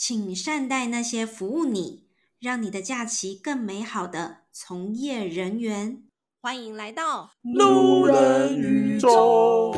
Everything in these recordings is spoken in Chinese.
请善待那些服务你，让你的假期更美好的从业人员。欢迎来到路人宇宙。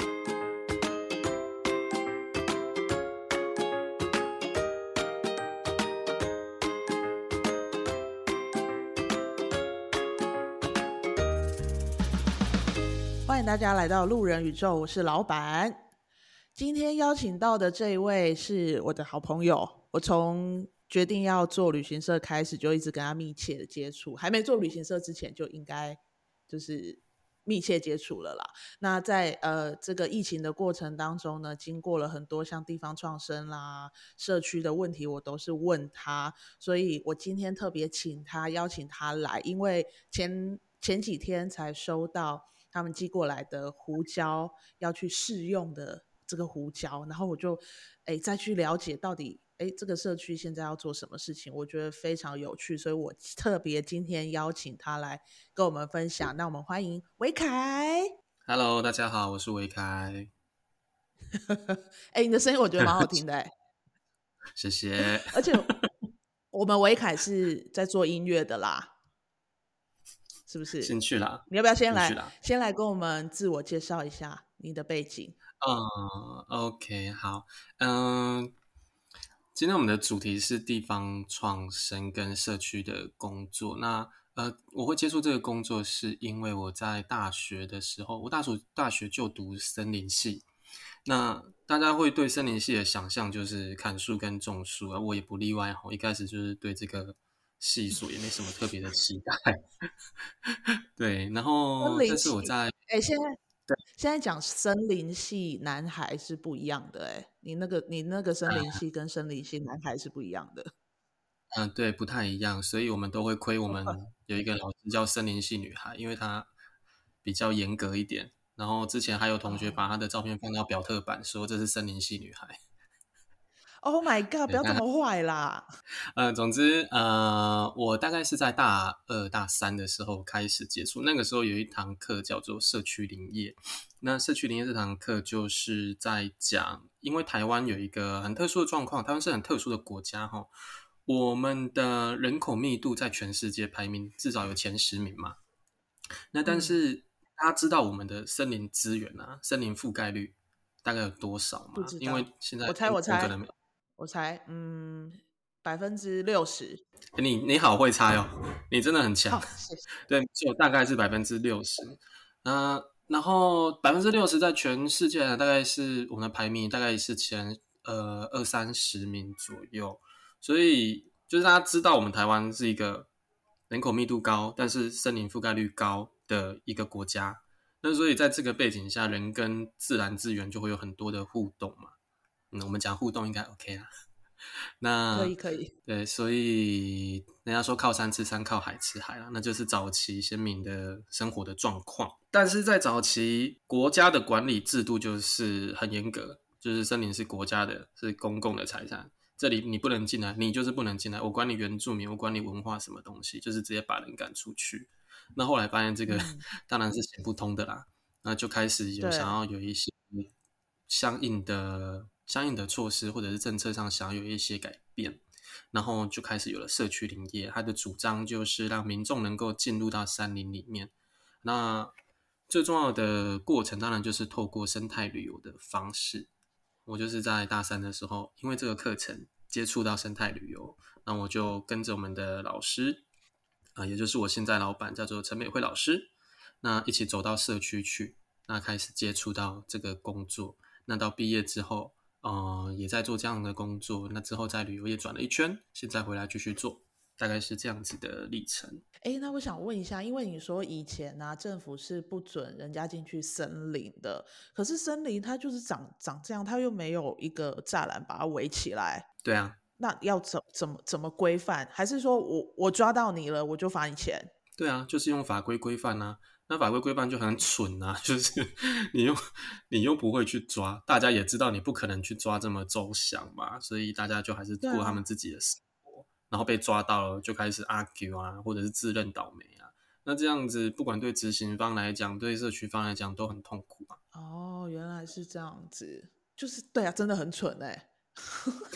欢迎大家来到路人宇宙，我是老板。今天邀请到的这一位是我的好朋友，我从决定要做旅行社开始就一直跟他密切的接触，还没做旅行社之前就应该就是密切接触了啦。那在这个疫情的过程当中呢，经过了很多像地方创生啦、社区的问题，我都是问他，所以我今天特别邀请他来，因为前几天才收到他们寄过来的胡椒要去试用的这个胡椒，然后我就再去了解到底这个社区现在要做什么事情，我觉得非常有趣，所以我特别今天邀请他来跟我们分享。那我们欢迎维凯。 Hello， 大家好，我是维凯。 你的声音我觉得蛮好听的谢谢。 而且我们维凯是在做音乐的啦，是不是？ 兴趣啦。 你要不要先来跟我们自我介绍一下你的背景 ？OK， 好。今天我们的主题是地方创生跟社区的工作。那我会接触这个工作是因为我在大学的时候，我大学就读森林系。那大家会对森林系的想象就是砍树跟种树啊，我也不例外。一开始就是对这个系所也没什么特别的期待。对，然后但是我在现在讲森林系男孩是不一样的你那个森林系跟森林系男孩是不一样的。 对，不太一样，所以我们都会亏我们有一个老师叫森林系女孩，因为她比较严格一点。然后之前还有同学把她的照片放到表特版，说这是森林系女孩。 Oh my god！ 不要这么坏啦。 总之我大概是在大二大三的时候开始接触，那个时候有一堂课叫做社区林业。那社区林业这堂课就是在讲，因为台湾有一个很特殊的状况，台湾是很特殊的国家我们的人口密度在全世界排名至少有前10名嘛。那但是大家知道我们的森林资源啊，森林覆盖率大概有多少吗？ 不知道， 因为现在我猜60%。 你好会猜哦，你真的很强。 谢谢。 对，就大概是60%。然后60%在全世界大概是我们的排名大概是前20-30名左右。所以就是大家知道我们台湾是一个人口密度高但是森林覆盖率高的一个国家。那所以在这个背景下，人跟自然资源就会有很多的互动嘛。我们讲互动应该 OK 啦。那可以。 对，所以人家说靠山吃山，靠海吃海啦，那就是早期先民的生活的状况。但是在早期，国家的管理制度就是很严格，就是森林是国家的，是公共的财产，这里你不能进来，你就是不能进来。我管你原住民，我管你文化什么东西，就是直接把人赶出去。那后来发现这个当然是行不通的啦，那就开始想要有一些相应的措施，或者是政策上想要有一些改变，然后就开始有了社区林业。它的主张就是让民众能够进入到山林里面。那最重要的过程当然就是透过生态旅游的方式。我就是在大三的时候，因为这个课程接触到生态旅游，那我就跟着我们的老师也就是我现在老板叫做陈美惠老师，那一起走到社区去，那开始接触到这个工作。那到毕业之后也在做这样的工作，那之后在旅游业转了一圈，现在回来继续做，大概是这样子的历程。 那我想问一下，因为你说以前政府是不准人家进去森林的，可是森林它就是长这样，它又没有一个栅栏把它围起来。 对啊， 那要怎么规范？还是说我抓到你了我就罚你钱？ 对啊，就是用法规规范啊。那法规规范就很蠢啊，就是你又不会去抓，大家也知道你不可能去抓这么周详嘛，所以大家就还是过他们自己的生活，然后被抓到了就开始 argue 啊，或者是自认倒霉啊。那这样子不管对执行方来讲，对社区方来讲都很痛苦啊。 原来是这样子，就是对啊，真的很蠢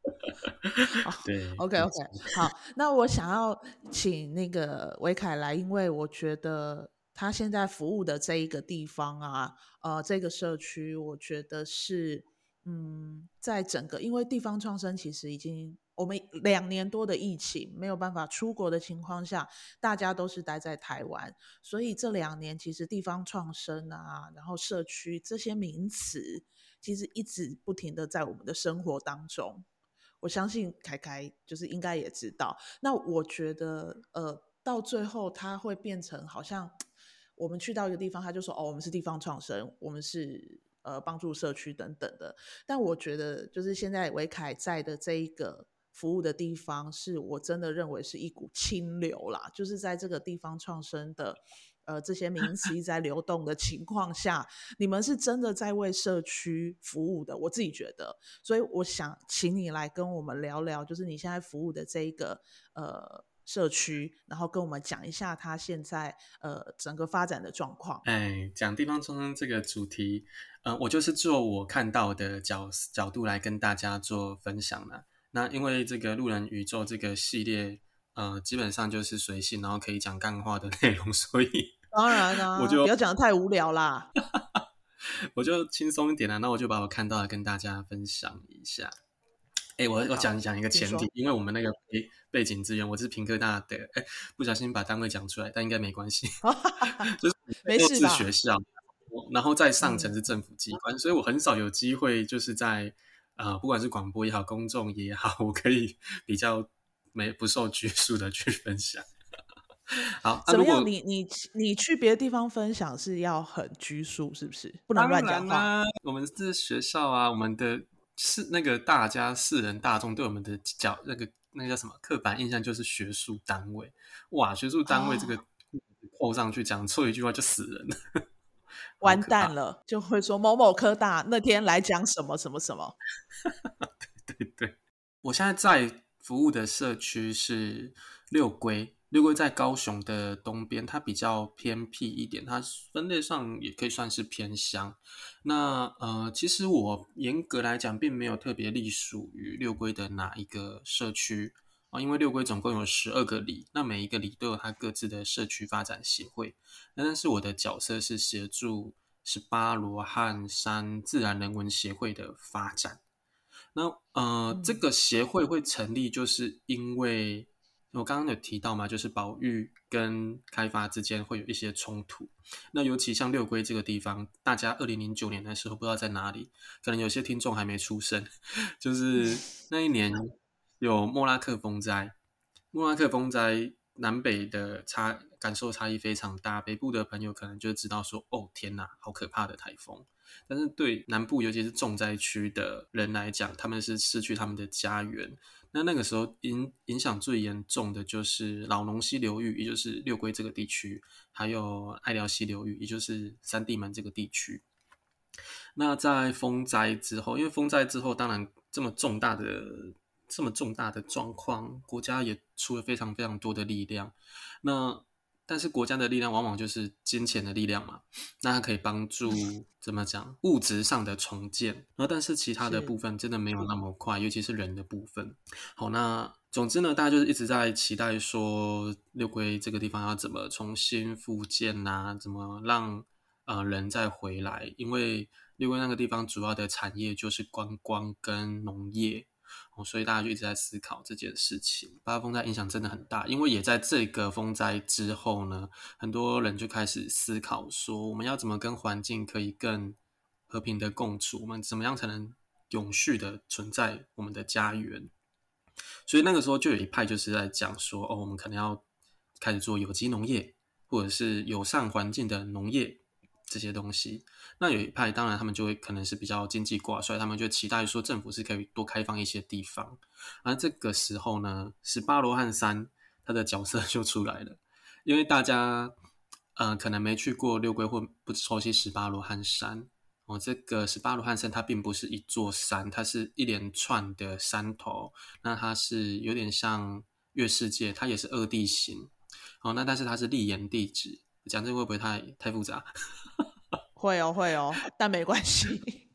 对 ，OK OK，好，那我想要请那个维凯来，因为我觉得他现在服务的这一个地方啊，这个社区，我觉得是，在整个因为地方创生其实已经我们2年多的疫情没有办法出国的情况下，大家都是待在台湾，所以这2年其实地方创生啊，然后社区这些名词，其实一直不停的在我们的生活当中。我相信凯凯就是应该也知道。那我觉得，到最后它会变成好像我们去到一个地方，他就说哦，我们是地方创生，我们是帮助社区等等的。但我觉得，就是现在维凯在的这一个服务的地方，是我真的认为是一股清流啦，就是在这个地方创生的。这些名词一直在流动的情况下，你们是真的在为社区服务的，我自己觉得，所以我想请你来跟我们聊聊，就是你现在服务的这一个社区，然后跟我们讲一下它现在整个发展的状况。 讲地方创生这个主题，我就是做我看到的角度来跟大家做分享啦。那因为这个路人宇宙这个系列，基本上就是随性，然后可以讲干话的内容，所以当然啊，不要讲得太无聊啦。 我就轻松一点啦，那我就把我看到的跟大家分享一下。我讲一个前提，因为我们那个背景资源，我是屏科大的，不小心把单位讲出来，但应该没关系，就是没事吧？ 是学校，然后在上层是政府机关，所以我很少有机会，就是在不管是广播也好，公众也好，我可以比较不受拘束的去分享。好， 怎么样？你去别的地方分享是要很拘束，是不是？不能乱讲话。 当然啦，我们是学校啊，我们的是那个大家世人大众对我们的那个叫什么刻板印象就是学术单位。哇，学术单位这个扣上去讲错一句话就死人了， 完蛋了，就会说某某科大那天来讲什么什么什么。 对，我现在在服务的社区是六龟在高雄的东边，它比较偏僻一点，它分类上也可以算是偏乡。那其实我严格来讲并没有特别隶属于六龟的哪一个社区因为六龟总共有12个里，那每一个里都有它各自的社区发展协会。但是我的角色是协助18罗汉山自然人文协会的发展。那这个协会会成立，就是因为我刚刚有提到嘛，就是保育跟开发之间会有一些冲突。那尤其像六龟这个地方，大家2009年的时候不知道在哪里，可能有些听众还没出生，就是那一年有莫拉克风灾。莫拉克风灾南北的感受差异非常大，北部的朋友可能就知道说，哦天哪，好可怕的台风。但是对南部尤其是重灾区的人来讲，他们是失去他们的家园。那个时候影响最严重的就是老农溪流域，也就是六龟这个地区，还有爱寮溪流域，也就是三地门这个地区。那在风灾之后，因为风灾之后当然这么重大的状况，国家也出了非常非常多的力量。但是国家的力量往往就是金钱的力量嘛，那它可以帮助怎么讲物质上的重建，然后但是其他的部分真的没有那么快，尤其是人的部分。好，那总之呢，大家就是一直在期待说六龟这个地方要怎么重新复建啊，怎么让人再回来，因为六龟那个地方主要的产业就是观光跟农业。所以大家就一直在思考这件事情。8号风灾影响真的很大，因为也在这个风灾之后呢，很多人就开始思考说，我们要怎么跟环境可以更和平的共处，我们怎么样才能永续的存在我们的家园。所以那个时候就有一派就是在讲说，我们可能要开始做有机农业，或者是友善环境的农业这些东西。那有一派当然他们就会可能是比较经济挂帅，他们就期待说政府是可以多开放一些地方。而这个时候呢，18罗汉山它的角色就出来了，因为大家可能没去过六龟或不熟悉18罗汉山这个18罗汉山它并不是一座山，它是一连串的山头，那它是有点像月世界，它也是2地形那但是它是立岩地质，讲这个会不会太复杂？ 会哦，但没关系。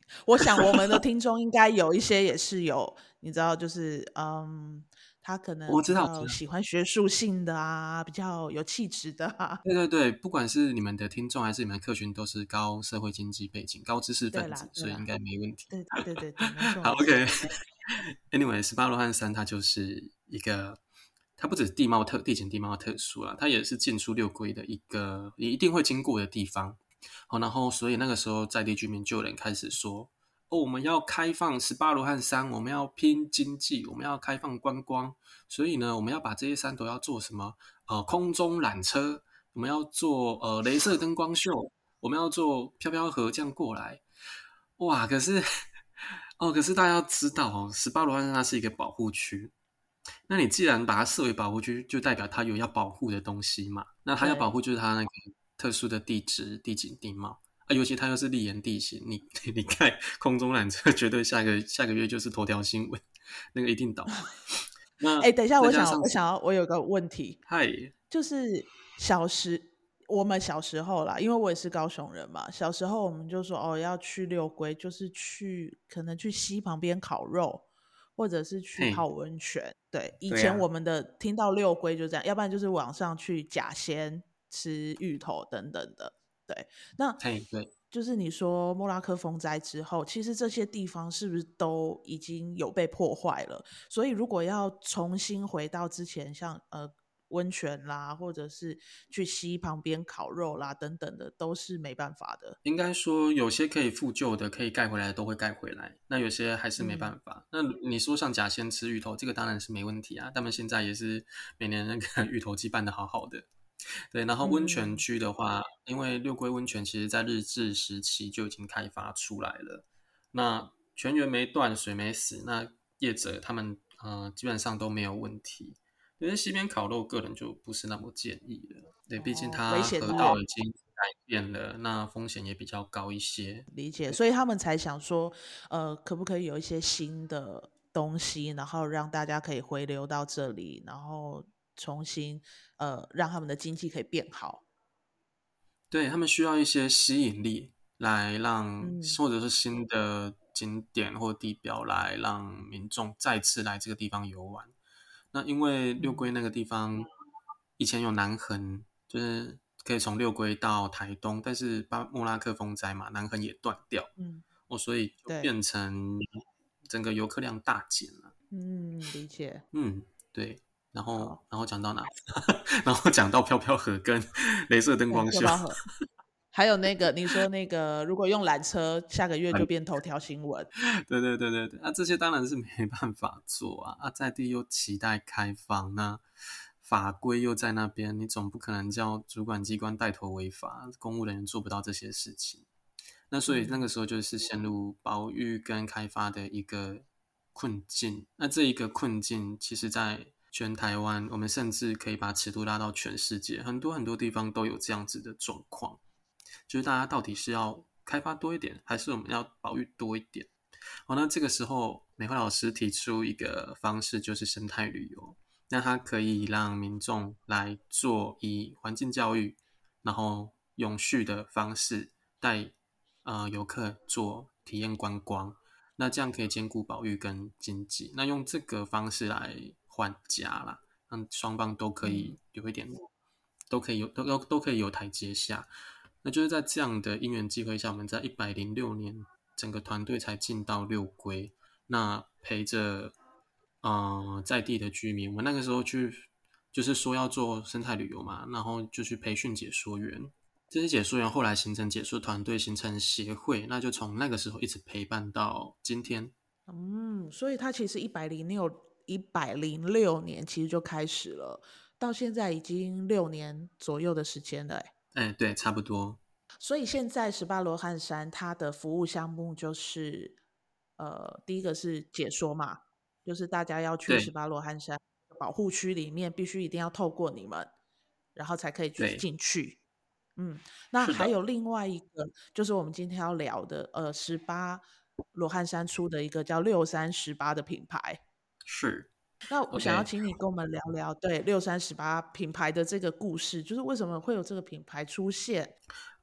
我想我们的听众应该有一些也是有，你知道，就是他可能比我知道，我知道。 较喜欢学术性的啊，比较有气质的啊。 对对对，不管是你们的听众还是你们的客群，都是高社会经济背景、高知识对啦， 分子， 对啦， 所以应该没问题。 对对对对，没错好没错。 ，OK。Anyway，十八罗汉山它就是一个，它不止地景地貌特殊啦，它也是进出六龟的一个也一定会经过的地方。好，然后所以那个时候在地居民就有人开始说，哦，我们要开放十八罗汉山，我们要拼经济，我们要开放观光，所以呢，我们要把这些山都要做什么？空中缆车，我们要做镭射灯光秀，我们要做飘飘河这样过来。哇，可是大家要知道哦，十八罗汉山它是一个保护区。那你既然把它设为保护区，就代表它有要保护的东西嘛。那它要保护就是它那个特殊的地质、地景、地貌啊，尤其它又是砾岩地形，你盖空中缆车，绝对下个月就是头条新闻，那个一定倒。那等一下， 再加上我有个问题， 嗨， 就是我们小时候啦，因为我也是高雄人嘛，小时候我们就说哦，要去六龟，就是可能去溪旁边烤肉，或者是去嘿， 泡温泉。对，以对呀、 前我们的听到六龟就这样，要不然就是晚上去甲仙吃芋头等等的。对，那嘿，对。 就是你说莫拉克风灾之后，其实这些地方是不是都已经有被破坏了？所以如果要重新回到之前，像温泉啦，或者是去溪旁边烤肉啦等等的，都是没办法的。 应该说有些可以复旧的、可以盖回来的都会盖回来，那有些还是没嗯办法。那你说像甲仙吃芋头，这个当然是没问题啊。他们现在也是每年那个芋头季办的好好的。对，然后温泉嗯区的话，因为六龟温泉其实在日治时期就已经开发出来了，那泉源没断，水没死，那业者他们基本上都没有问题。因为西边烤肉，个人就不是那么建议了。对，毕竟哦，危它河险度道已经改变了，那风险也比较高一些。 理解，所以他们才想说，可不可以有一些新的东西，然后让大家可以回流到这里，然后重新让他们的经济可以变好。 对，他们需要一些吸引力来让， 嗯或者是新的景点或地标来让民众再次来这个地方游玩。那因为六龟那个地方以前有南横，就是可以从六龟到台东，但是莫拉克风灾嘛，南横也断掉， 嗯， 所以就对， 变成整个游客量大减了。 理解。 嗯，对。然后， 好， 然后讲到哪？然后讲到飘飘河跟镭射灯对， 光秀。 票包盒。还有那个你说那个，如果用缆车，下个月就变头条新闻。 对对对对对，这些当然是没办法做啊！在地又期待开放，那法规又在那边，你总不可能叫主管机关带头违法，公务人员做不到这些事情。那所以那个时候就是陷入保育跟开发的一个困境。那这一个困境，其实在全台湾，我们甚至可以把尺度拉到全世界，很多很多地方都有这样子的状况。就是大家到底是要开发多一点，还是我们要保育多一点？那这个时候美惠老师提出一个方式，就是生态旅游。那它可以让民众来做以环境教育，然后永续的方式带游客做体验观光。那这样可以兼顾保育跟经济。那用这个方式来换家啦，让双方都可以有一点，都可以有台阶下。那就是在这样的因缘际会下，我们在106年整个团队才进到六龟，那陪着在地的居民，我们那个时候就是说要做生态旅游嘛，然后就去培训解说员，这些解说员后来形成解说团队，形成协会，那就从那个时候一直陪伴到今天。 所以它其实106年其实就开始了，到现在已经6年左右的时间了。 对，差不多。 所以现在十八罗汉山它的服务项目就是，第一个是解说嘛，就是大家要去十对八罗汉山保护区里面，必须一定要透过你们，然后才可以对， 进去。那是的， 还有另外一个，就是我们今天要聊的，十八罗汉山出的一个叫6318的品牌。 是。 那我想要 OK， 请你跟我们聊聊对6318品牌的这个故事，就是为什么会有这个品牌出现？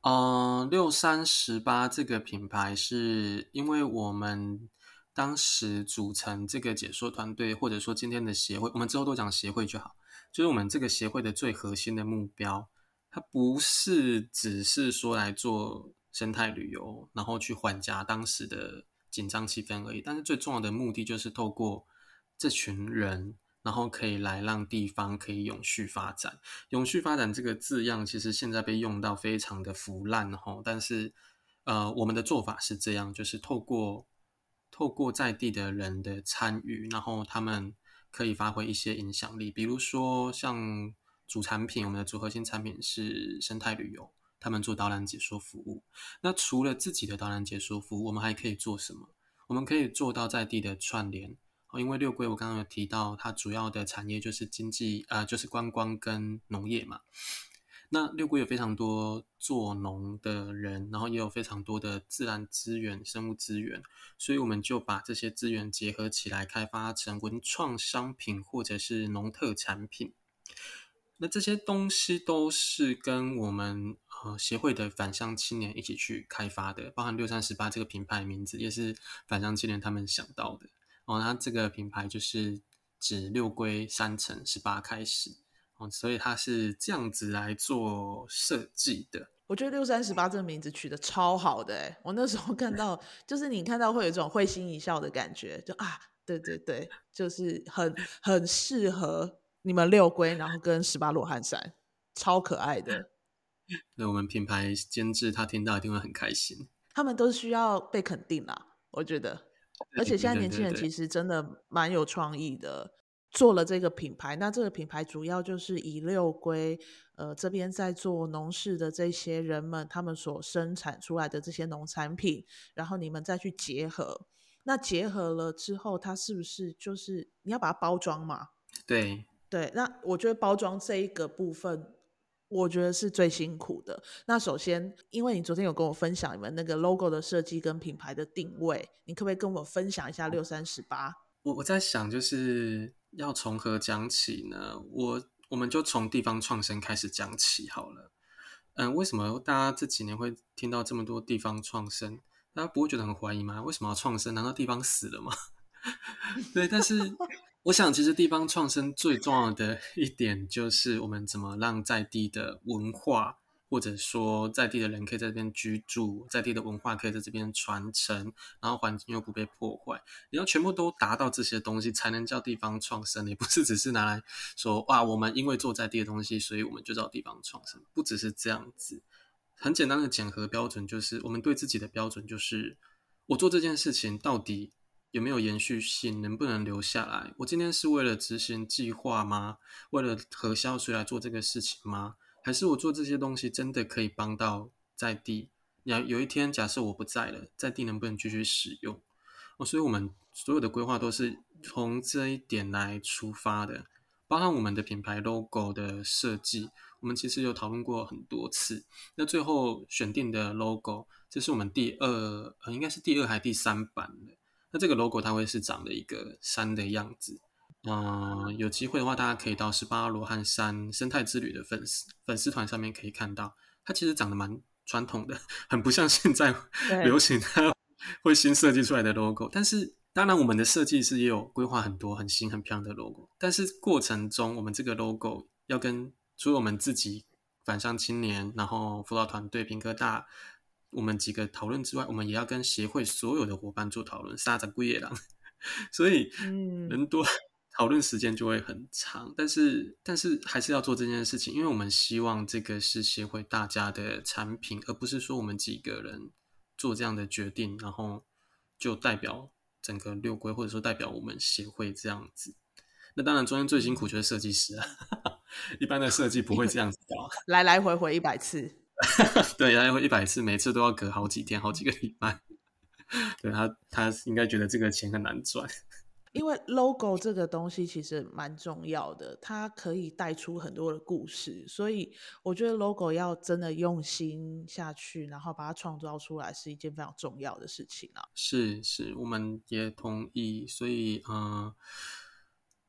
6318这个品牌是因为我们当时组成这个解说团队，或者说今天的协会，我们之后都讲协会就好。就是我们这个协会的最核心的目标，它不是只是说来做生态旅游，然后去缓解当时的紧张气氛而已。但是最重要的目的就是透过这群人，然后可以来让地方可以永续发展。永续发展这个字样，其实现在被用到非常的腐烂吼，但是我们的做法是这样，就是透过在地的人的参与，然后他们可以发挥一些影响力。比如说像主产品，我们的主核心产品是生态旅游，他们做导览解说服务。那除了自己的导览解说服务，我们还可以做什么？我们可以做到在地的串联。因为六龟我刚刚有提到，它主要的产业就是经济，就是观光跟农业嘛。那六龟有非常多做农的人，然后也有非常多的自然资源、生物资源，所以我们就把这些资源结合起来，开发成文创商品或者是农特产品。那这些东西都是跟我们协会的返乡青年一起去开发的，包含6318这个品牌名字也是返乡青年他们想到的。那这个品牌就是指六龟3乘18开始。所以它是这样子来做设计的。 我觉得6318这个名字取得超好的我那时候看到，就是你看到会有一种会心一笑的感觉，就对对对，就是很适合你们六龟，然后跟18罗汉山，超可爱的。 那我们品牌监制他听到一定会很开心。 他们都需要被肯定啦，我觉得。而且现在年轻人其实真的蛮有创意的，做了这个品牌。那这个品牌主要就是以六龟这边在做农事的这些人们，他们所生产出来的这些农产品，然后你们再去结合。那结合了之后，它是不是就是你要把它包装嘛？ 对对，那我觉得包装这一个部分，我觉得是最辛苦的。那首先，因为你昨天有跟我分享你们那个 logo 的设计跟品牌的定位，你可不可以跟我分享一下6318？ 我在想，就是要从何讲起呢？我们就从地方创生开始讲起好了。为什么大家这几年会听到这么多地方创生？大家不会觉得很怀疑吗？为什么要创生？难道地方死了吗？对，但是我想，其实地方创生最重要的一点就是我们怎么让在地的文化，或者说在地的人可以在这边居住，在地的文化可以在这边传承，然后环境又不被破坏。你要全部都达到这些东西，才能叫地方创生。也不是只是拿来说哇，我们因为做在地的东西，所以我们就叫地方创生，不只是这样子。很简单的检核标准就是，我们对自己的标准就是，我做这件事情到底有没有延续性，能不能留下来？我今天是为了执行计划吗？为了核销所以来做这个事情吗？还是我做这些东西真的可以帮到在地？有一天假设我不在了，在地能不能继续使用？所以我们所有的规划都是从这一点来出发的，包含我们的品牌 logo 的设计，我们其实有讨论过很多次。那最后选定的 logo，这是我们应该是第二还第三版的。那这个 logo 它会是长的一个山的样子。有机会的话，大家可以到18罗汉山生态之旅的粉丝团上面可以看到，它其实长得蛮传统的，很不像现在流行的会新设计出来的 logo。但是当然，我们的设计师也有规划很多很新很漂亮的 logo，但是过程中我们这个 logo 要跟除了我们自己返乡青年，然后辅导团队、屏科大我们几个讨论之外，我们也要跟协会所有的伙伴做讨论，30几个人，所以人多讨论时间就会很长，但是还是要做这件事情，因为我们希望这个是协会大家的产品，而不是说我们几个人做这样的决定，然后就代表整个六龟，或者说代表我们协会这样子。那当然中间最辛苦就是设計師一般的設計不會這樣子搞來來回回100次對，來回100次，每次都要隔好幾天好幾個禮拜對，他應該覺得這個錢很難賺因為 logo 這個東西其實蠻重要的，它可以帶出很多的故事，所以我覺得 logo 要真的用心下去，然後把它創造出來是一件非常重要的事情啊。 是，我們也同意，所以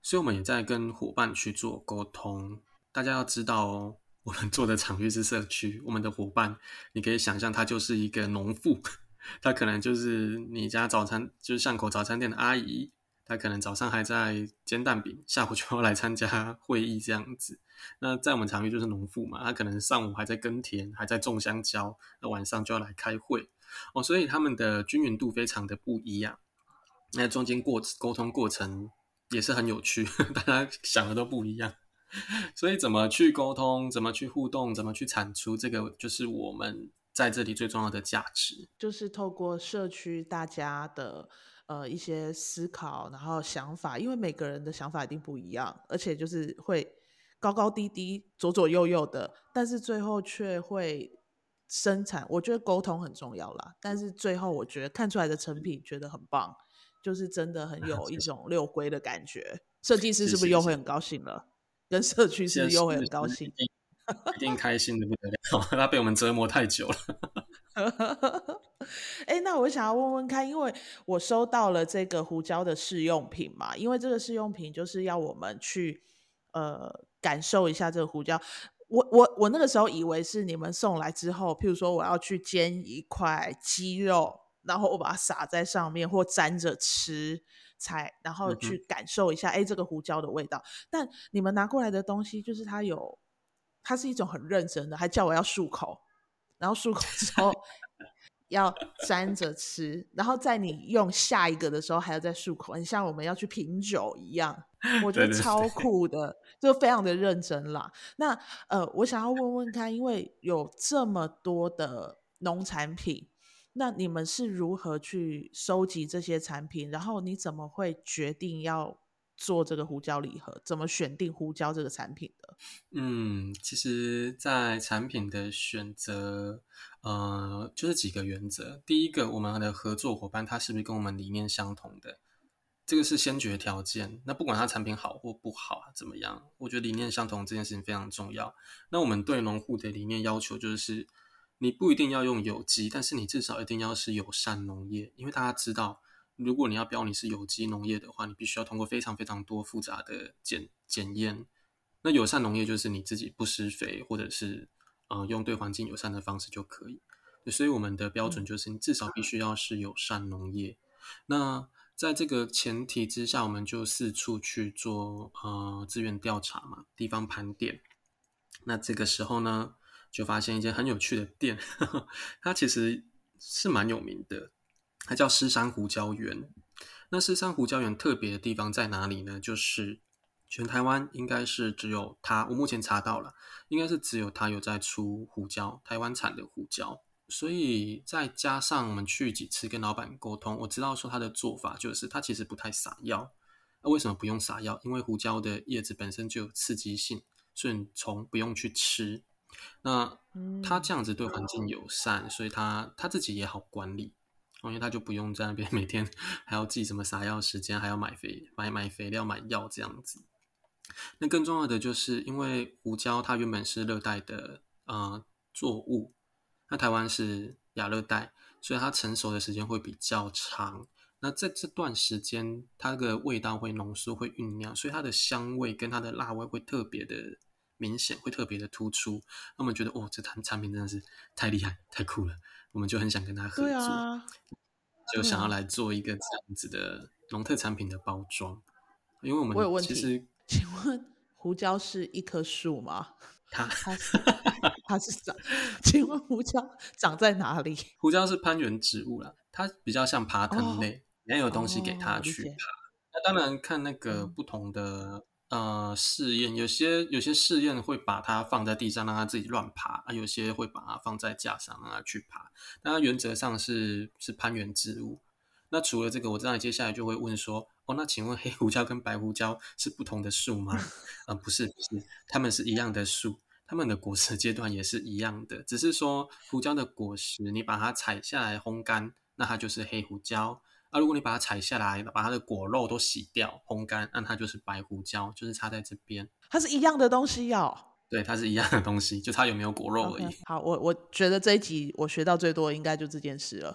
所以我们也在跟伙伴去做沟通。大家要知道哦，我们做的场域是社区，我们的伙伴你可以想象他就是一个农妇，他可能就是你家早餐就是巷口早餐店的阿姨，他可能早上还在煎蛋饼，下午就要来参加会议这样子。那在我们场域就是农妇嘛，他可能上午还在耕田，还在种香蕉，那晚上就要来开会哦，所以他们的均匀度非常的不一样。那中间沟通过程也是很有趣，大家想的都不一样。所以怎么去沟通，怎么去互动，怎么去产出，这个就是我们在这里最重要的价值。 就是透过社区大家的一些思考，然后想法，因为每个人的想法一定不一样，而且就是会高高低低、左左右右的，但是最后却会生产。我觉得沟通很重要啦，但是最后我觉得看出来的成品觉得很棒，就是真的很有一种六规的感觉。设计师是不是又会很高兴了？跟社区是不是又会很高兴？ 一定开心的不得了，他被我们折磨太久了。 那我想要问问看，因为我收到了这个胡椒的试用品嘛，因为这个试用品就是要我们去感受一下这个胡椒。我那个时候以为是你们送来之后，譬如说我要去煎一块鸡肉，然后我把它撒在上面或沾着吃，然后去感受一下这个胡椒的味道。但你们拿过来的东西就是它是一种很认真的，还叫我要漱口，然后漱口之后要沾着吃，然后在你用下一个的时候还要再漱口，很像我们要去品酒一样。我觉得超酷的，就非常的认真啦。那我想要问问看，因为有这么多的农产品，那你们是如何去收集这些产品？然后你怎么会决定要做这个胡椒礼盒？怎么选定胡椒这个产品的？ 其实在产品的选择就是几个原则。第一个，我们的合作伙伴他是不是跟我们理念相同的，这个是先决条件。那不管他产品好或不好怎么样，我觉得理念相同这件事情非常重要。那我们对农户的理念要求就是你不一定要用有机，但是你至少一定要是友善农业。因为大家知道，如果你要标你是有机农业的话，你必须要通过非常非常多复杂的检验。那友善农业就是你自己不施肥，或者是用对环境友善的方式就可以。所以我们的标准就是你至少必须要是友善农业。那在这个前提之下，我们就四处去做资源调查嘛，地方盘点。那这个时候呢，就发现一间很有趣的店，它其实是蛮有名的，它叫狮山胡椒园。那狮山胡椒园特别的地方在哪里呢？就是全台湾应该是只有它，我目前查到了，应该是只有它有在出胡椒，台湾产的胡椒。所以再加上我们去几次跟老板沟通，我知道说他的做法就是他其实不太撒药。为什么不用撒药？因为胡椒的叶子本身就有刺激性，所以虫不用去吃。那他这样子对环境友善，所以他自己也好管理，因为他就不用在那边每天还要记什么撒药时间，还要买肥料、买药这样子。那更重要的就是因为胡椒它原本是热带的作物，那台湾是亚热带，所以它成熟的时间会比较长。那在这段时间，它的味道会浓缩、会酝酿，所以它的香味跟它的辣味会特别的明显，会特别的突出。那我们觉得这产品真的是太厉害、太酷了，我们就很想跟它合作，就想要来做一个这样子的农特产品的包装。因为我有问其实题，请问胡椒是一棵树吗？它是请问胡椒长在哪里？ 胡椒是攀援植物啦，它比较像爬藤类，你要有东西给它去爬。那当然看那个不同的试验，有些试验会把它放在地上让它自己乱爬，有些会把它放在架上让它去爬。但它原则上是攀援植物。那除了这个，我知道你接下来就会问说，那请问黑胡椒跟白胡椒是不同的树吗？不是，它们是一样的树，它们的果实阶段也是一样的，只是说胡椒的果实你把它采下来烘干，那它就是黑胡椒。如果你把它采下来，把它的果肉都洗掉烘干，那它就是白胡椒，就是差在这边。 它是一样的东西对，它是一样的东西，就差有没有果肉而已。 好，我觉得这一集我学到最多应该就这件事了。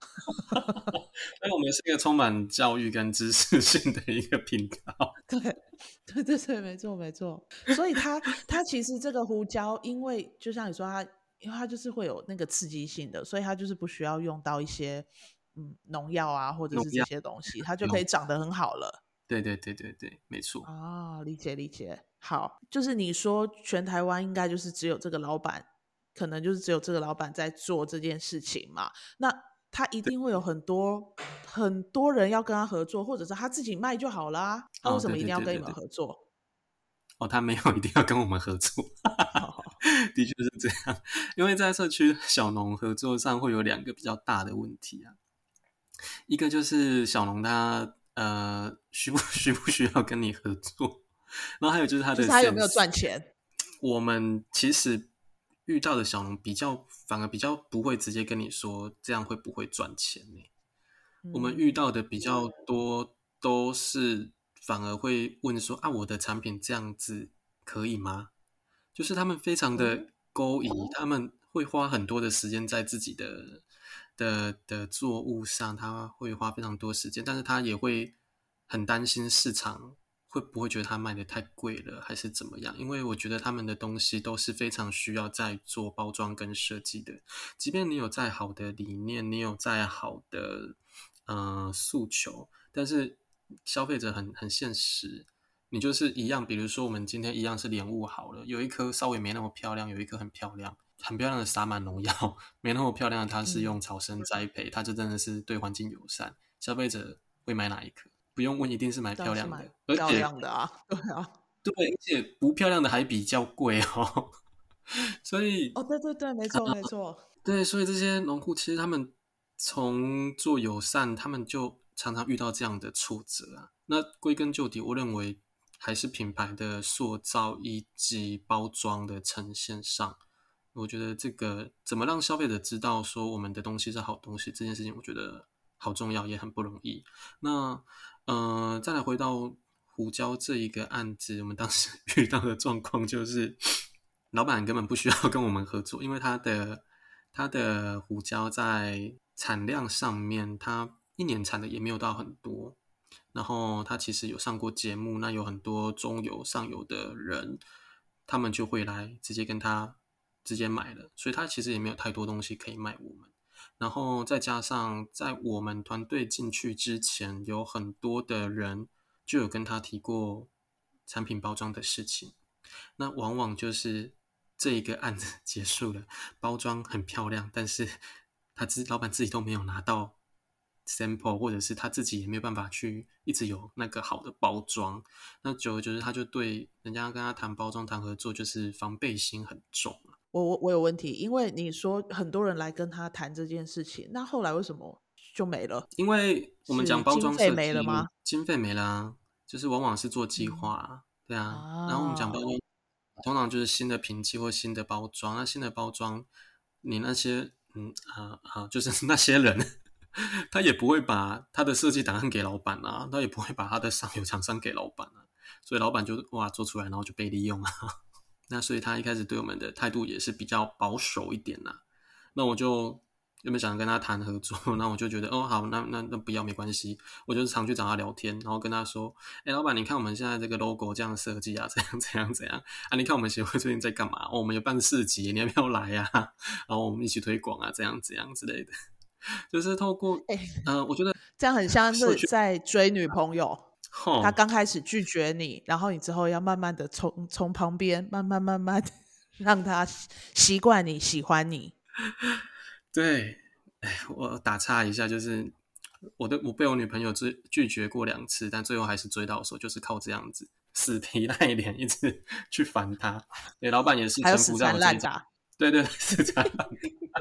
所以我们是一个充满教育跟知识性的一个频道。 对，没错没错。所以它其实这个胡椒，因为就像你说因为它就是会有那个刺激性的，所以它就是不需要用到一些农药啊或者是这农药些东西，它就可以长得很好了。 对，没错。 理解。好，就是你说全台湾应该就是只有这个老板，可能就是只有这个老板在做这件事情嘛。那他一定会有很多人要跟他合作，或者是他自己卖就好啦。他为什么一定要跟你们合作？ 他没有一定要跟我们合作。的确是这样，因为在社区小农合作上会有2个比较大的问题啊。一个就是小农他需不需要跟你合作，然后还有就是他的 sense， 他有没有赚钱。 我们其实遇到的小农反而比较不会直接跟你说这样会不会赚钱呢？我们遇到的比较多都是反而会问说我的产品这样子可以吗？就是他们非常的勾引，他们会花很多的时间在自己的作物上，他会花非常多时间，但是他也会很担心市场会不会觉得他卖的太贵了，还是怎么样？因为我觉得他们的东西都是非常需要在做包装跟设计的，即便你有再好的理念，你有再好的诉求，但是消费者很现实。你就是一样，比如说我们今天一样是莲雾好了，有一颗稍微没那么漂亮，有一颗很漂亮的撒满农药，没那么漂亮的它是用草生栽培，它就真的是对环境友善，消费者会买哪一颗？不用问，一定是买漂亮的， 漂亮的啊， 对，而且不漂亮的还比较贵哦。所以对，没错。 对，所以这些农户其实他们从做友善，他们就常常遇到这样的挫折啊。那归根究底，我认为还是品牌的塑造以及包装的呈现上，我觉得这个怎么让消费者知道说我们的东西是好东西，这件事情我觉得好重要，也很不容易。那再来回到胡椒这一个案子，我们当时遇到的状况就是，老板根本不需要跟我们合作，因为他的胡椒在产量上面，他一年产的也没有到很多。然后他其实有上过节目，那有很多中游上游的人，他们就会来直接跟他直接买了，所以他其实也没有太多东西可以卖我们。然后再加上在我们团队进去之前，有很多的人就有跟他提过产品包装的事情，那往往就是这一个案子结束了，包装很漂亮，但是老板自己都没有拿到 sample， 或者是他自己也没有办法去一直有那个好的包装，那久而久之他就对人家跟他谈包装谈合作就是防备心很重。 我有问题，因为你说很多人来跟他谈这件事情，那后来为什么就没了？ 因为我们讲包装设计， 经费没了吗？ 经费没了啊，就是往往是做计划对啊。然后我们讲包装，通常就是新的瓶器或新的包装，那新的包装，你那些就是那些人，他也不会把他的设计档案给老板啊，他也不会把他的上游厂商给老板啊，所以老板就做出来，然后就被利用啊。那所以他一开始对我们的态度也是比较保守一点啦。那我就原本想跟他談合作，那我就覺得好，那不要沒關係，我就是常去找他聊天，然後跟他說老闆你看我們現在這個 logo 這樣設計啊，怎樣啊，你看我們協會最近在幹嘛我們有辦市集，你要不要來啊，然後我們一起推廣啊，這樣之類的，就是透過我覺得這樣很像是在追女朋友，他剛開始拒絕你，然後你之後要慢慢的從旁邊慢慢讓他習慣你喜歡你。 對，我打岔一下，就是我被我女朋友拒絕過2次，但最後還是追到手，就是靠這樣子死皮賴臉一直去煩他。對，老闆也是臣服在我這一場。對，死纏爛打。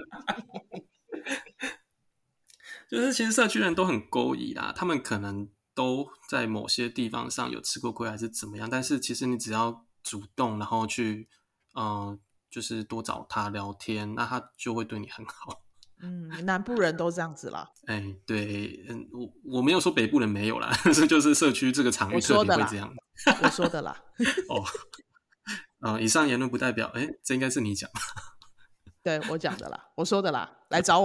就是其實社區人都很勾引啦，他們可能都在某些地方上有吃過虧還是怎麼樣，但是其實你只要主動然後去就是多找他聊天，那他就會對你很好。 南部人都這樣子啦。 對，我沒有說北部人沒有啦，但是就是社區這個場域特別會這樣。 我說的啦。 以上言論不代表，這應該是你講。 對，我講的啦，我說的啦，來找我啦。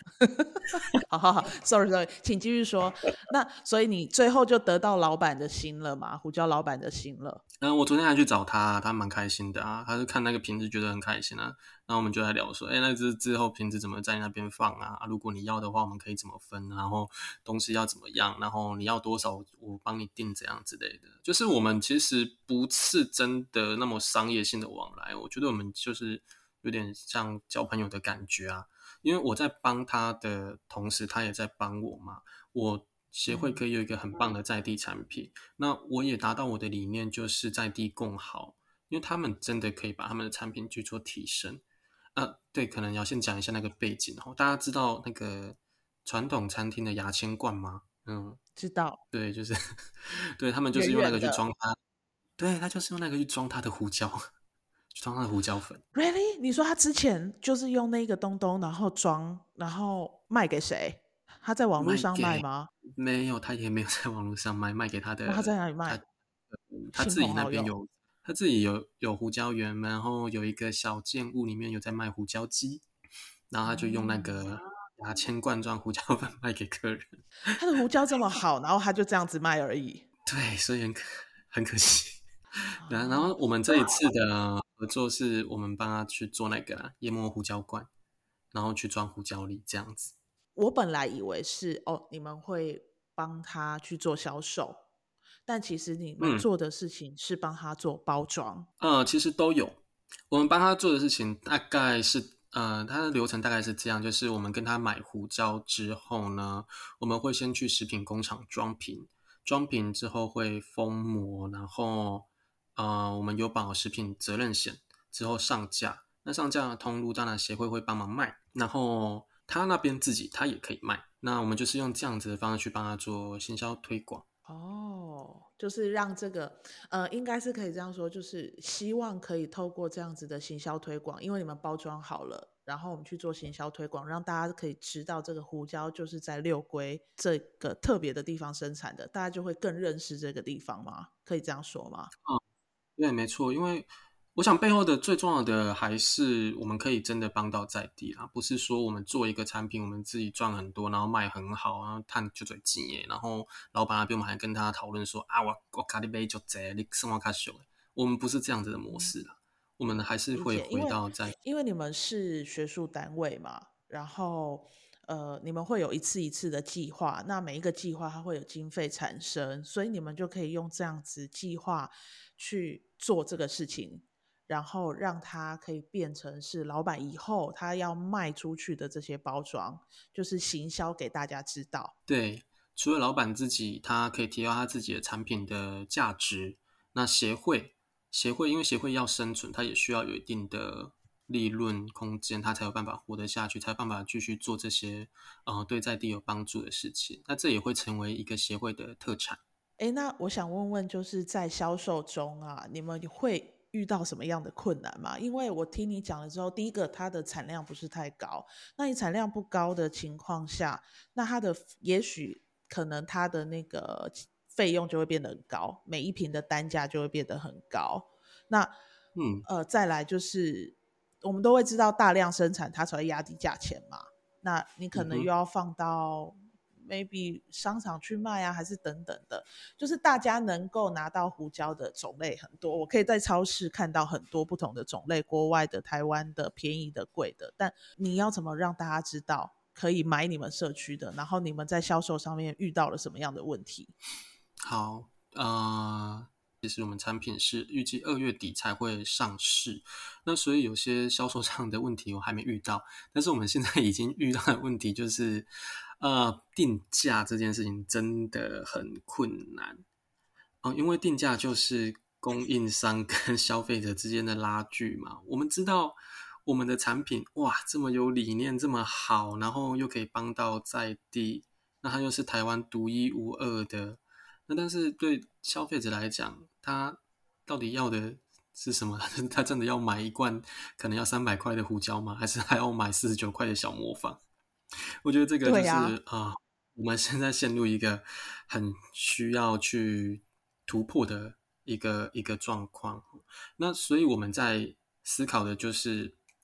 好好好，sorry，请继续说。那所以你最后就得到老板的心了嘛？胡椒老板的心了。 我昨天还去找他，他蛮开心的啊，他就看那个瓶子觉得很开心啊。然后我们就在聊说，那之后瓶子怎么在那边放啊？如果你要的话，我们可以怎么分？然后东西要怎么样？然后你要多少，我帮你定怎样之类的。就是我们其实不是真的那么商业性的往来，我觉得我们就是有点像交朋友的感觉啊。因为我在帮他的同时，他也在帮我嘛。我协会可以有一个很棒的在地产品，那我也达到我的理念，就是在地共好，因为他们真的可以把他们的产品去做提升。对，可能要先讲一下那个背景哦。大家知道那个传统餐厅的牙签罐吗？ 知道。 对，就是对，他们就是用那个去装它，对，他就是用那个去装他的胡椒，去装他的胡椒粉。 Really？ 你说他之前就是用那个东东，然后装，然后卖给谁？他在网络上卖吗？ 没有，他也没有在网络上卖给他的。 那他在哪里卖？ 他自己那边有，他自己有胡椒园，然后有一个小建物里面有在卖胡椒鸡，然后他就用那个牙签罐装胡椒粉卖给客人。 他的胡椒这么好，然后他就这样子卖而已。 对，所以很可惜。然后我们这一次的合作是我们帮他去做那个研磨胡椒罐，然后去装胡椒粒这样子。 我本来以为是你们会帮他去做销售，但其实你们做的事情是帮他做包装。 其实都有。我们帮他做的事情大概是他的流程大概是这样，就是我们跟他买胡椒之后呢，我们会先去食品工厂装瓶，装瓶之后会封膜，然后我们有保食品责任险之后上架。那上架的通路当然协会会帮忙卖，然后他那边自己他也可以卖。那我们就是用这样子的方式去帮他做行销推广。 就是让这个应该是可以这样说，就是希望可以透过这样子的行销推广，因为你们包装好了，然后我们去做行销推广，让大家可以知道这个胡椒就是在六龟这个特别的地方生产的，大家就会更认识这个地方吗？可以这样说吗？ 对，没错，因为我想背后的最重要的还是我们可以真的帮到在地啦，不是说我们做一个产品，我们自己赚很多，然后卖很好，然后赚就嘴钱耶，然后老板那边我们还跟他讨论说我咖喱杯就这，你生活卡小，我们不是这样子的模式啦，我们还是会回到因为你们是学术单位嘛，然后你们会有一次一次的计划，那每一个计划它会有经费产生，所以你们就可以用这样子计划去做这个事情，然后让它可以变成是老板以后他要卖出去的这些包装，就是行销给大家知道。 对，除了老板自己他可以提高他自己的产品的价值，那协会因为协会要生存，它也需要有一定的利润空间，它才有办法活得下去，才有办法继续做这些对在地有帮助的事情。那这也会成为一个协会的特产。 那我想问问，就是在销售中啊，你们会遇到什么样的困难吗？因为我听你讲了之后，第一个它的产量不是太高，那你产量不高的情况下，那它的也许可能它的那个费用就会变得很高，每一瓶的单价就会变得很高。那再来就是我们都会知道大量生产它才会压低价钱嘛，那你可能又要放到maybe 商场去卖啊，还是等等的，就是大家能够拿到胡椒的种类很多，我可以在超市看到很多不同的种类，国外的、台湾的、便宜的、贵的，但你要怎么让大家知道可以买你们社区的，然后你们在销售上面遇到了什么样的问题？ 好，其实我们产品是预计2月底才会上市，那所以有些销售上的问题我还没遇到，但是我们现在已经遇到的问题就是，定价这件事情真的很困难因为定价就是供应商跟消费者之间的拉锯嘛。我们知道我们的产品哇这么有理念，这么好，然后又可以帮到在地，那它又是台湾独一无二的。那但是对消费者来讲，他到底要的是什么？他真的要买一罐可能要300块的胡椒吗？还是还要买49块的小磨坊？我觉得这个就是我们现在陷入一个很需要去突破的一个状况。那所以我们在思考的就是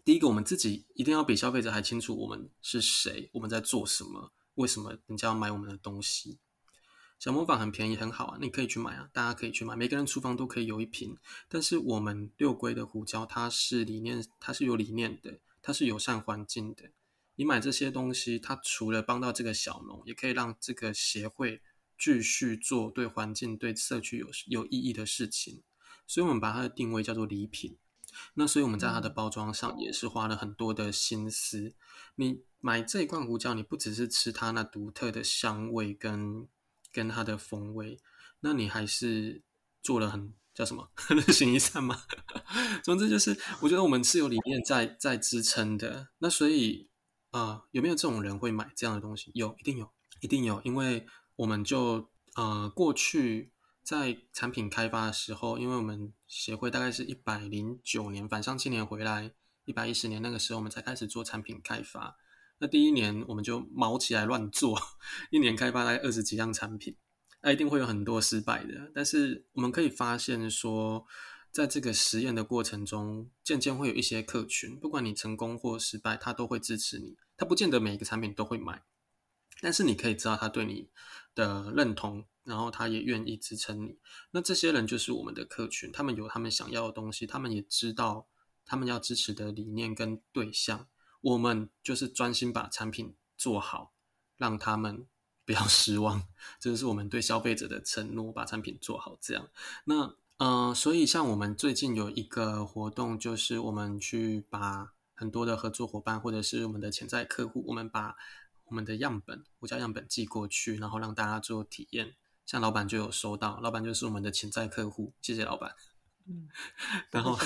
第一个，我们自己一定要比消费者还清楚我们是谁，我们在做什么，为什么人家要买我们的东西。小磨坊很便宜很好啊，你可以去买啊，大家可以去买，每个人厨房都可以有一瓶。但是我们六龟的胡椒，它是有理念的，它是友善环境的。你买这些东西，它除了帮到这个小农，也可以让这个协会继续做对环境、对社区有意义的事情。所以我们把它的定位叫做礼品。那所以我们在它的包装上也是花了很多的心思。你买这一罐胡椒，你不只是吃它那独特的香味跟它的风味，那你还是做了叫什么日行一善吗？总之就是我觉得我们是有理念在支撑的。那所以有没有这种人会买这样的东西？有，一定有，因为我们就过去在产品开发的时候，因为我们协会大概是109年返乡青年回来110年那个时候我们才开始做产品开发。那第一年我们就毛起来乱做，一年开发大概20几样产品，那一定会有很多失败的。但是我们可以发现说，在这个实验的过程中，渐渐会有一些客群，不管你成功或失败，他都会支持你。他不见得每一个产品都会买，但是你可以知道他对你的认同，然后他也愿意支撑你。那这些人就是我们的客群，他们有他们想要的东西，他们也知道他们要支持的理念跟对象。我们就是专心把产品做好，让他们不要失望，这就是我们对消费者的承诺，把产品做好这样。那所以像我们最近有一个活动，就是我们去把很多的合作伙伴或者是我们的潜在客户，我们把我们的胡椒样本寄过去，然后让大家做体验。像老板就有收到，老板就是我们的潜在客户，谢谢老板。然后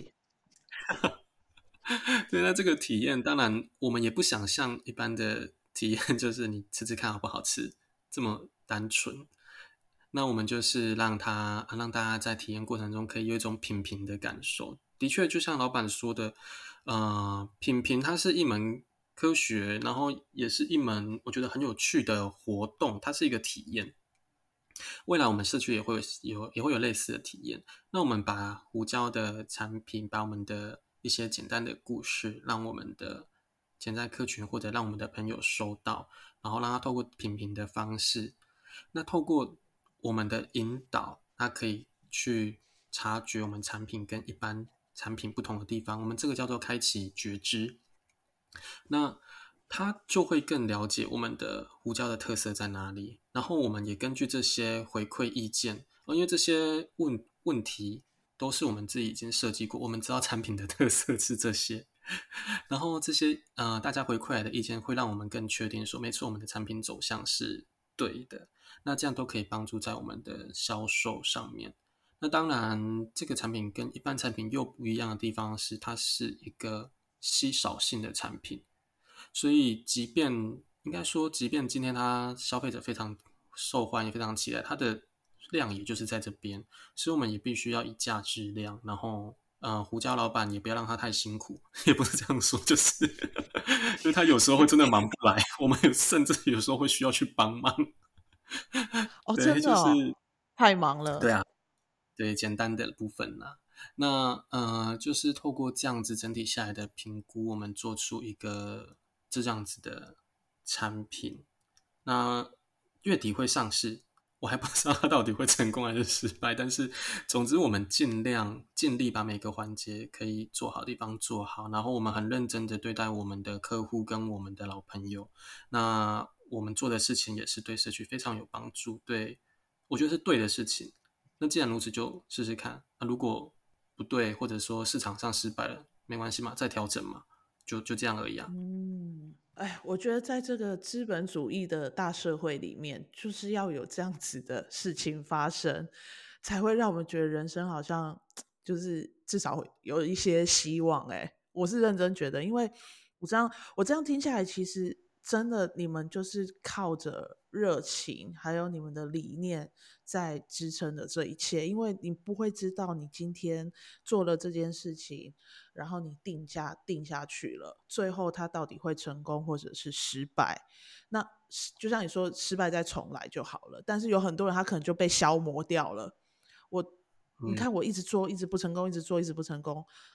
对，那这个体验当然我们也不想像一般的体验，就是你吃吃看好不好吃这么单纯。那我们就是让大家在体验过程中可以有一种品评的感受。的确就像老板说的品评它是一门科学，然后也是一门我觉得很有趣的活动，它是一个体验。未来我们社区也会有类似的体验。那我们把胡椒的产品，把我们的一些简单的故事，让我们的潜在客群或者让我们的朋友收到，然后让他透过品评的方式，那透过我们的引导，他可以去察觉我们产品跟一般产品不同的地方，我们这个叫做开启觉知。那他就会更了解我们的胡椒的特色在哪里，然后我们也根据这些回馈意见，因为这些问题都是我们自己已经设计过，我们知道产品的特色是这些，然后这些大家回馈来的意见会让我们更确定说，没错，我们的产品走向是对的，那这样都可以帮助在我们的销售上面。那当然这个产品跟一般产品又不一样的地方是，它是一个稀少性的产品，所以即便今天它消费者非常受欢迎，非常期待，它的量也就是在这边，所以我们也必须要以价质量，然后胡椒老板也不要让他太辛苦，也不是这样说，就是因为他有时候会真的忙不来，我们甚至有时候会需要去帮忙。对， 真的就是太忙了。 对啊，对，简单的部分啦。那就是透过这样子整体下来的评估，我们做出一个这样子的产品。那月底会上市，我还不知道它到底会成功还是失败，但是总之我们尽力把每个环节可以做好的地方做好，然后我们很认真的对待我们的客户跟我们的老朋友。那我们做的事情也是对社区非常有帮助，我觉得是对的事情。那既然如此，就试试看。如果不对，或者说市场上失败了，没关系嘛，再调整嘛，就这样而已啊。 我觉得在这个资本主义的大社会里面，就是要有这样子的事情发生，才会让我们觉得人生好像就是至少有一些希望。我是认真觉得，因为我这样听下来，其实真的你们就是靠着热情还有你们的理念在支撑的这一切，因为你不会知道你今天做了这件事情，然后你定下去了，最后它到底会成功或者是失败。那就像你说，失败再重来就好了，但是有很多人他可能就被消磨掉了。你看我一直做一直不成功，一直做一直不成功，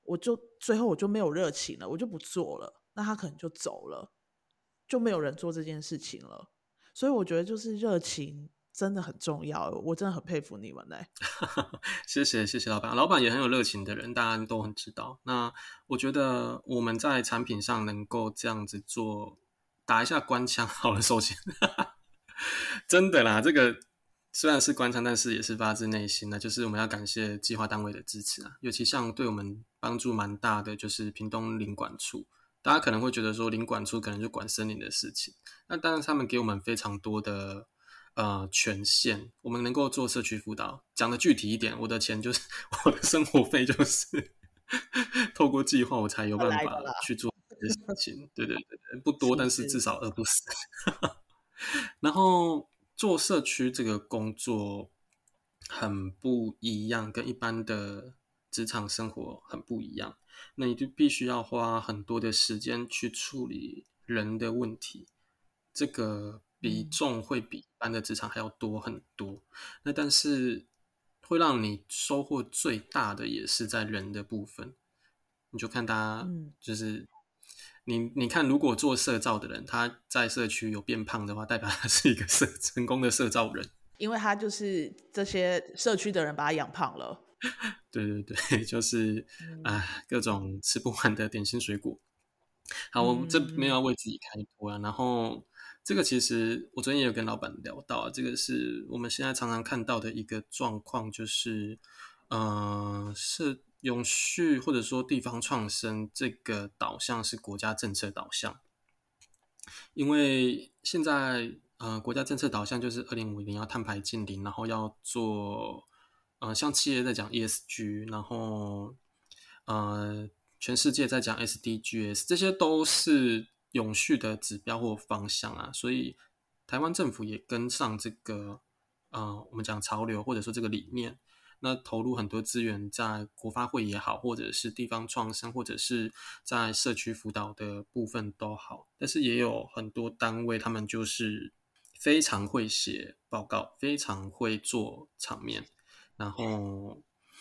我就最后我就没有热情了，我就不做了，那他可能就走了，就没有人做这件事情了。所以我觉得就是热情真的很重要，我真的很佩服你们欸。 谢谢老板，老板也很有热情的人，大家都很知道。那我觉得我们在产品上能够这样子做，打一下官腔好了。首先真的啦，这个虽然是官腔，但是也是发自内心的，就是我们要感谢计划单位的支持啊，尤其像对我们帮助蛮大的就是屏东林管处。大家可能会觉得说林管处可能就管森林的事情，那当然他们给我们非常多的权限，我们能够做社区辅导。讲的具体一点，我的钱就是我的生活费就是透过计划我才有办法去做这些事情。对，不多，但是至少饿不死。然后做社区这个工作很不一样，跟一般的职场生活很不一样。那你就必须要花很多的时间去处理人的问题，这个比重会比一般的职场还要多很多。那但是会让你收获最大的也是在人的部分。你就看他就是你看，如果做社造的人，他在社区有变胖的话，代表他是一个成功的社造人，因为他就是这些社区的人把他养胖了。 对，就是各种吃不完的点心水果。好，我这没有要为自己开脱啊。然后这个其实我昨天也有跟老板聊到这个是我们现在常常看到的一个状况，就是是永续或者说地方创生这个导向是国家政策导向，因为现在国家政策导向就是2050要碳排净零，然后要做像企业在讲 ESG， 然后全世界在讲 SDGs， 这些都是永续的指标或方向啊，所以台湾政府也跟上这个我们讲潮流或者说这个理念，那投入很多资源在国发会也好，或者是地方创生，或者是在社区辅导的部分都好，但是也有很多单位他们就是非常会写报告，非常会做场面，然后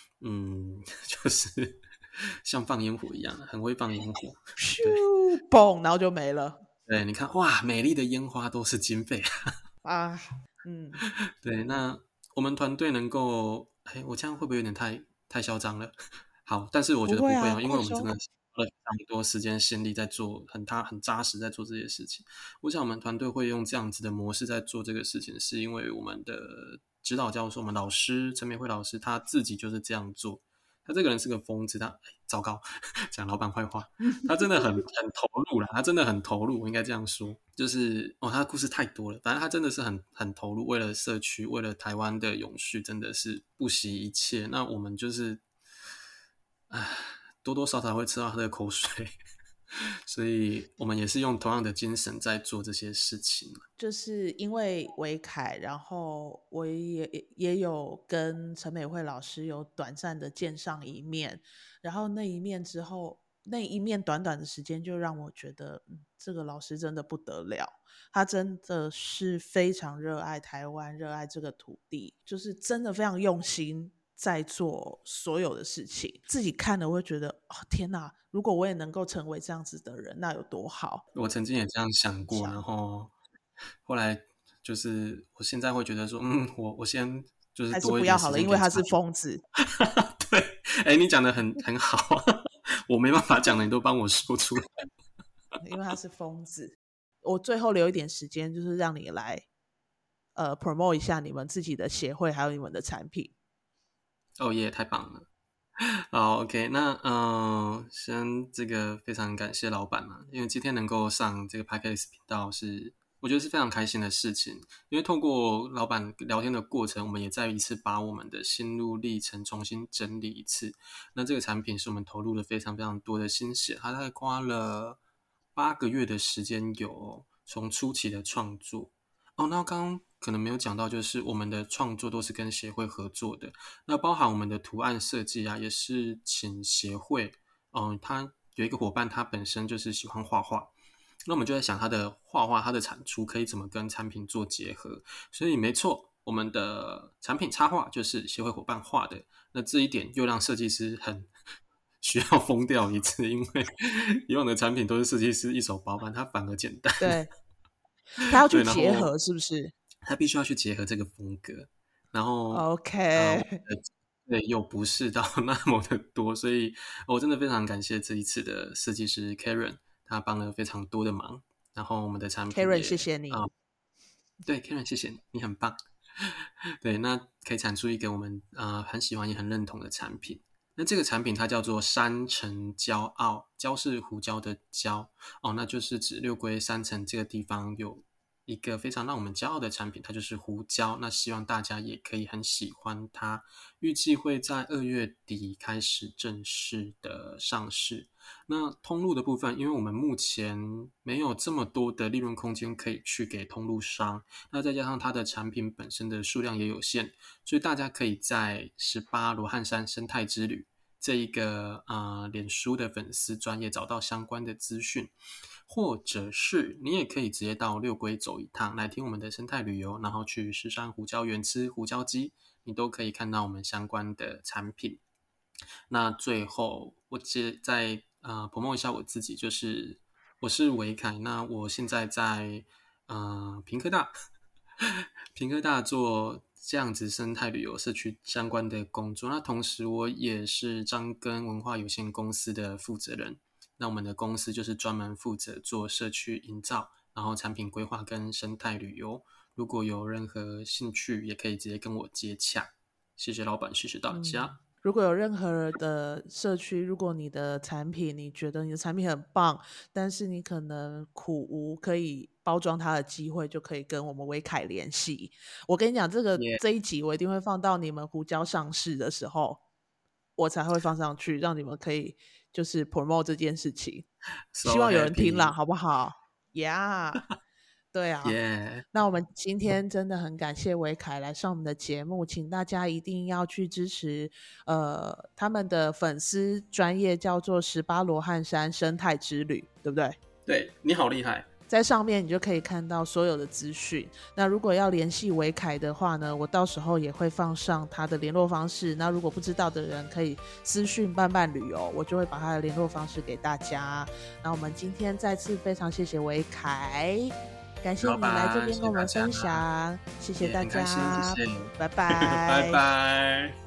就是像放烟火一样，很会放烟火， 咻嘣，然后就没了。 对，你看哇，美丽的烟花都是经费啊， 对，那我们团队能够，我这样会不会有点太嚣张了？好，但是我觉得不会因为我们真的花了非常多时间心力在做，很扎实在做这些事情。我想我们团队会用这样子的模式在做这个事情，是因为我们的指导教授，我们老师陈美惠老师，他自己就是这样做。他这个人是个疯子，他糟糕，讲老板坏话，他真的很投入啦，他真的很投入，我应该这样说，就是他的故事太多了，反正他真的是很投入，为了社区，为了台湾的永续，真的是不惜一切。那我们就是多多少少会吃到他的口水，所以我们也是用同样的精神在做这些事情。 就是因为维凯，然后我也有跟陈美惠老师有短暂的见上一面，然后那一面之后，那一面短短的时间就让我觉得，这个老师真的不得了，他真的是非常热爱台湾，热爱这个土地，就是真的非常用心在做所有的事情，自己看了会觉得天哪，如果我也能够成为这样子的人，那有多好。 我曾经也这样想过，然后后来就是我现在会觉得说我先就是还是不要好了，因为他是疯子对，你讲的很好我没办法讲的你都帮我说出来因为他是疯子。我最后留一点时间就是让你来promote 一下你们自己的协会还有你们的产品。 耶，太棒了。好 OK， 那先这个非常感谢老板因为今天能够上这个 Podcast 频道是我觉得是非常开心的事情，因为透过老板聊天的过程，我们也再一次把我们的心路历程重新整理一次。那这个产品是我们投入了非常非常多的心血，它大概花了8个月的时间有从初期的创作那刚刚可能没有讲到，就是我们的创作都是跟协会合作的，那包含我们的图案设计也是请协会他有一个伙伴，他本身就是喜欢画画，那我们就在想他的画画，他的产出可以怎么跟产品做结合，所以没错，我们的产品插画就是协会伙伴画的，那这一点又让设计师需要疯掉一次，因为以往的产品都是设计师一手包办，它反而简单。 对，他要去对， 结合是不是？ 他必须要去结合这个风格，然后 OK， 对，又不是到那么的多，所以我真的非常感谢这一次的设计师 Karen， 他帮了非常多的忙，然后我们的产品 Karen 谢谢你。 对 Karen 谢谢你，你很棒。对，那可以产出一个我们很喜欢也很认同的产品。那这个产品它叫做山城骄傲，骄是胡椒的椒那就是指六龟山城这个地方有一个非常让我们骄傲的产品，它就是胡椒。那希望大家也可以很喜欢它，预计会在2月底开始正式的上市。那通路的部分，因为我们目前没有这么多的利润空间可以去给通路商，那再加上它的产品本身的数量也有限，所以大家可以在18罗汉山生态之旅这一个脸书的粉丝专页找到相关的资讯，或者是你也可以直接到六龟走一趟来听我们的生态旅游，然后去石山胡椒园吃胡椒鸡，你都可以看到我们相关的产品。那最后我再promote 一下我自己，就是我是维凯，那我现在在屏科大做这样子生态旅游社区相关的工作，那同时我也是张根文化有限公司的负责人。那我们的公司就是专门负责做社区营造，然后产品规划跟生态旅游。如果有任何兴趣，也可以直接跟我接洽。谢谢老板，谢谢大家。 如果有任何的社区，如果你的产品你觉得你的产品很棒，但是你可能苦无可以包装它的机会，就可以跟我们维凯联系。我跟你讲，这一集我一定会放到你们胡椒上市的时候，我才会放上去，让你们可以就是 promote 这件事情。希望有人听啦，好不好？ Yeah 对啊，那我们今天真的很感谢维凯来上我们的节目，请大家一定要去支持他们的粉丝专页叫做18罗汉山生态之旅，对不对？ 对，你好厉害， 在上面你就可以看到所有的资讯。那如果要联系维凯的话呢，我到时候也会放上他的联络方式，那如果不知道的人可以私讯伴伴旅游，我就会把他的联络方式给大家。那我们今天再次非常谢谢维凯，感谢你来这边跟我们分享，谢谢大家， 谢谢， 拜拜， 拜拜。